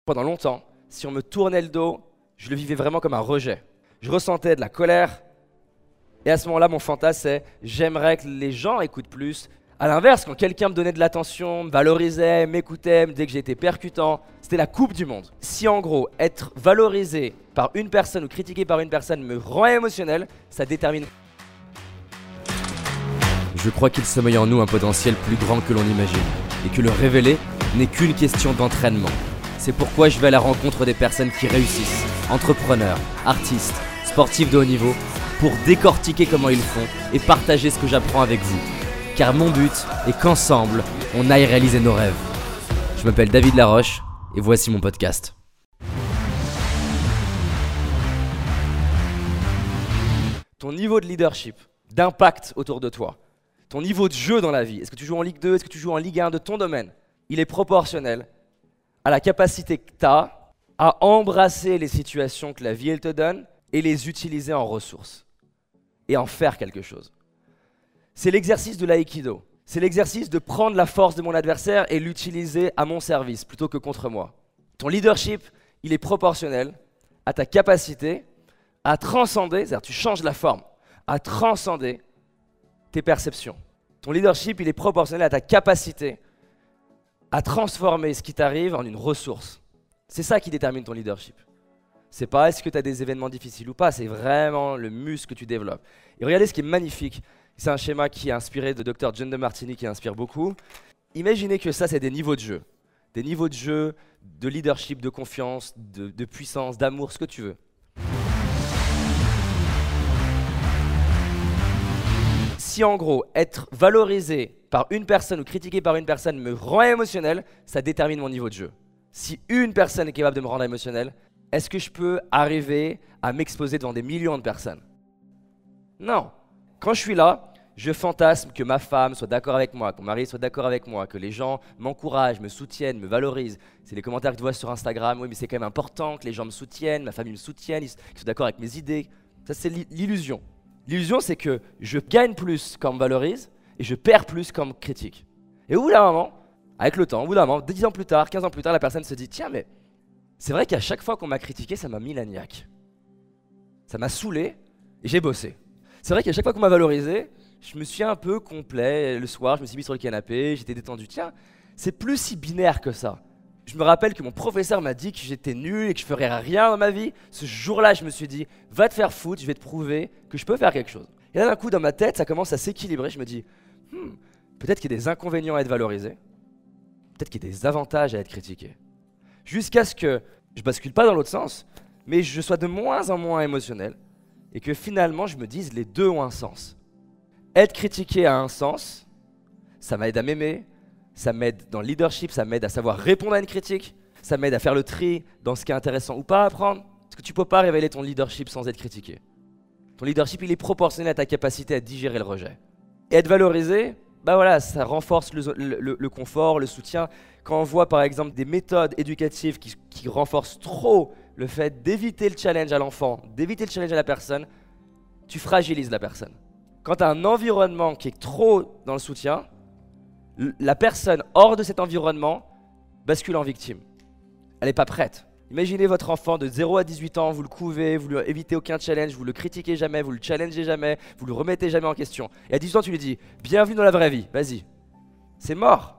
Pendant longtemps, si on me tournait le dos, je le vivais vraiment comme un rejet. Je ressentais de la colère. Et à ce moment-là, mon fantasme, c'est j'aimerais que les gens écoutent plus. À l'inverse, quand quelqu'un me donnait de l'attention, me valorisait, m'écoutait, me disait que j'étais percutant, c'était la coupe du monde. Si en gros, être valorisé par une personne ou critiqué par une personne me rend émotionnel, ça détermine. Je crois qu'il sommeille en nous un potentiel plus grand que l'on imagine, et que le révéler n'est qu'une question d'entraînement. C'est pourquoi je vais à la rencontre des personnes qui réussissent, entrepreneurs, artistes, sportifs de haut niveau, pour décortiquer comment ils font et partager ce que j'apprends avec vous. Car mon but est qu'ensemble, on aille réaliser nos rêves. Je m'appelle David Laroche et voici mon podcast. Ton niveau de leadership, d'impact autour de toi, ton niveau de jeu dans la vie, est-ce que tu joues en Ligue 2, est-ce que tu joues en Ligue 1 de ton domaine, il est proportionnel à la capacité que tu as à embrasser les situations que la vie elle te donne et les utiliser en ressources et en faire quelque chose. C'est l'exercice de l'aïkido. C'est l'exercice de prendre la force de mon adversaire et l'utiliser à mon service plutôt que contre moi. Ton leadership, il est proportionnel à ta capacité à transcender, c'est-à-dire tu changes la forme, à transcender tes perceptions. Ton leadership, il est proportionnel à ta capacité à transformer ce qui t'arrive en une ressource. C'est ça qui détermine ton leadership. C'est pas est-ce que tu as des événements difficiles ou pas, c'est vraiment le muscle que tu développes. Et regardez ce qui est magnifique. C'est un schéma qui est inspiré de Dr. John DeMartini qui inspire beaucoup. Imaginez que ça, c'est des niveaux de jeu. Des niveaux de jeu, de leadership, de confiance, de puissance, d'amour, ce que tu veux. Si en gros, être valorisé par une personne ou critiqué par une personne me rend émotionnel, ça détermine mon niveau de jeu. Si une personne est capable de me rendre émotionnel, est-ce que je peux arriver à m'exposer devant des millions de personnes? Non. Quand je suis là, je fantasme que ma femme soit d'accord avec moi, que mon mari soit d'accord avec moi, que les gens m'encouragent, me soutiennent, me valorisent. C'est les commentaires que tu vois sur Instagram. Oui, mais c'est quand même important que les gens me soutiennent, ma famille me soutienne, qu'ils soient d'accord avec mes idées. Ça, c'est l'illusion. L'illusion, c'est que je gagne plus quand on me valorise et je perds plus quand on me critique. Et au bout d'un moment, avec le temps, au bout d'un moment, 10 ans plus tard, 15 ans plus tard, la personne se dit « Tiens, mais c'est vrai qu'à chaque fois qu'on m'a critiqué, ça m'a mis la niaque. Ça m'a saoulé et j'ai bossé. C'est vrai qu'à chaque fois qu'on m'a valorisé, je me suis un peu complet. Le soir, je me suis mis sur le canapé, j'étais détendu. Tiens, c'est plus si binaire que ça. Je me rappelle que mon professeur m'a dit que j'étais nul et que je ferais rien dans ma vie. Ce jour-là, je me suis dit, va te faire foutre, je vais te prouver que je peux faire quelque chose. Et là, d'un coup, dans ma tête, ça commence à s'équilibrer. Je me dis, peut-être qu'il y a des inconvénients à être valorisé. Peut-être qu'il y a des avantages à être critiqué. Jusqu'à ce que je bascule pas dans l'autre sens, mais je sois de moins en moins émotionnel. Et que finalement, je me dise, les deux ont un sens. Être critiqué a un sens, ça m'aide à m'aimer, ça m'aide dans le leadership, ça m'aide à savoir répondre à une critique, ça m'aide à faire le tri dans ce qui est intéressant ou pas à apprendre. Parce que tu ne peux pas révéler ton leadership sans être critiqué. Ton leadership, il est proportionnel à ta capacité à digérer le rejet. Et être valorisé, bah voilà, ça renforce le confort, le soutien. Quand on voit par exemple des méthodes éducatives qui renforcent trop le fait d'éviter le challenge à l'enfant, d'éviter le challenge à la personne, tu fragilises la personne. Quand tu as un environnement qui est trop dans le soutien, la personne hors de cet environnement bascule en victime. Elle n'est pas prête. Imaginez votre enfant de 0 à 18 ans, vous le couvez, vous lui évitez aucun challenge, vous le critiquez jamais, vous le challengez jamais, vous le remettez jamais en question. Et à 18 ans, tu lui dis « Bienvenue dans la vraie vie, vas-y ». C'est mort.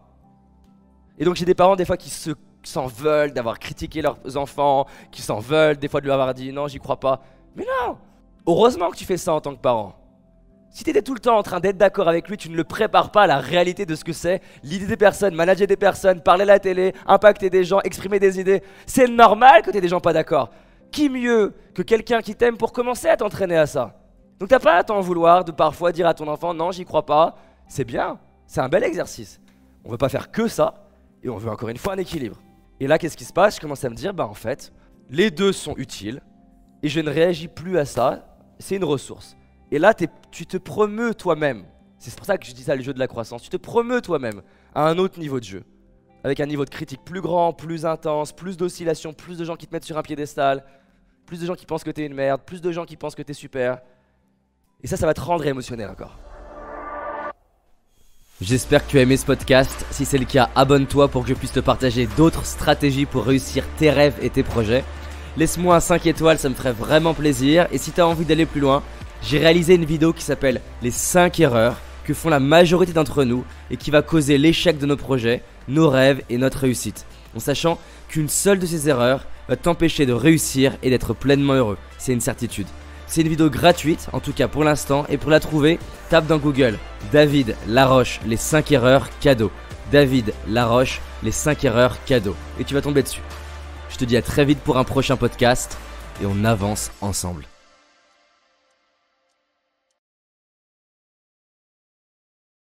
Et donc j'ai des parents des fois qui s'en veulent d'avoir critiqué leurs enfants, qui s'en veulent des fois de lui avoir dit « Non, j'y crois pas ». Mais non! Heureusement que tu fais ça en tant que parent. Si tu étais tout le temps en train d'être d'accord avec lui, tu ne le prépares pas à la réalité de ce que c'est, l'idée des personnes, manager des personnes, parler à la télé, impacter des gens, exprimer des idées. C'est normal que tu aies des gens pas d'accord. Qui mieux que quelqu'un qui t'aime pour commencer à t'entraîner à ça? Donc t'as pas à t'en vouloir de parfois dire à ton enfant « Non, j'y crois pas ». C'est bien, c'est un bel exercice. On veut pas faire que ça et on veut encore une fois un équilibre. Et là, qu'est-ce qui se passe? Je commence à me dire « Bah en fait, les deux sont utiles et je ne réagis plus à ça, c'est une ressource ». Et là, tu te promeus toi-même. C'est pour ça que je dis ça, le jeu de la croissance. Tu te promeus toi-même à un autre niveau de jeu. Avec un niveau de critique plus grand, plus intense, plus d'oscillations, plus de gens qui te mettent sur un piédestal, plus de gens qui pensent que t'es une merde, plus de gens qui pensent que t'es super. Et ça va te rendre émotionnel encore. J'espère que tu as aimé ce podcast. Si c'est le cas, abonne-toi pour que je puisse te partager d'autres stratégies pour réussir tes rêves et tes projets. Laisse-moi un 5 étoiles, ça me ferait vraiment plaisir. Et si tu as envie d'aller plus loin, j'ai réalisé une vidéo qui s'appelle les 5 erreurs que font la majorité d'entre nous et qui va causer l'échec de nos projets, nos rêves et notre réussite. En sachant qu'une seule de ces erreurs va t'empêcher de réussir et d'être pleinement heureux. C'est une certitude. C'est une vidéo gratuite, en tout cas pour l'instant, et pour la trouver, tape dans Google David Laroche, les 5 erreurs cadeaux. David Laroche, les 5 erreurs cadeaux. Et tu vas tomber dessus. Je te dis à très vite pour un prochain podcast et on avance ensemble.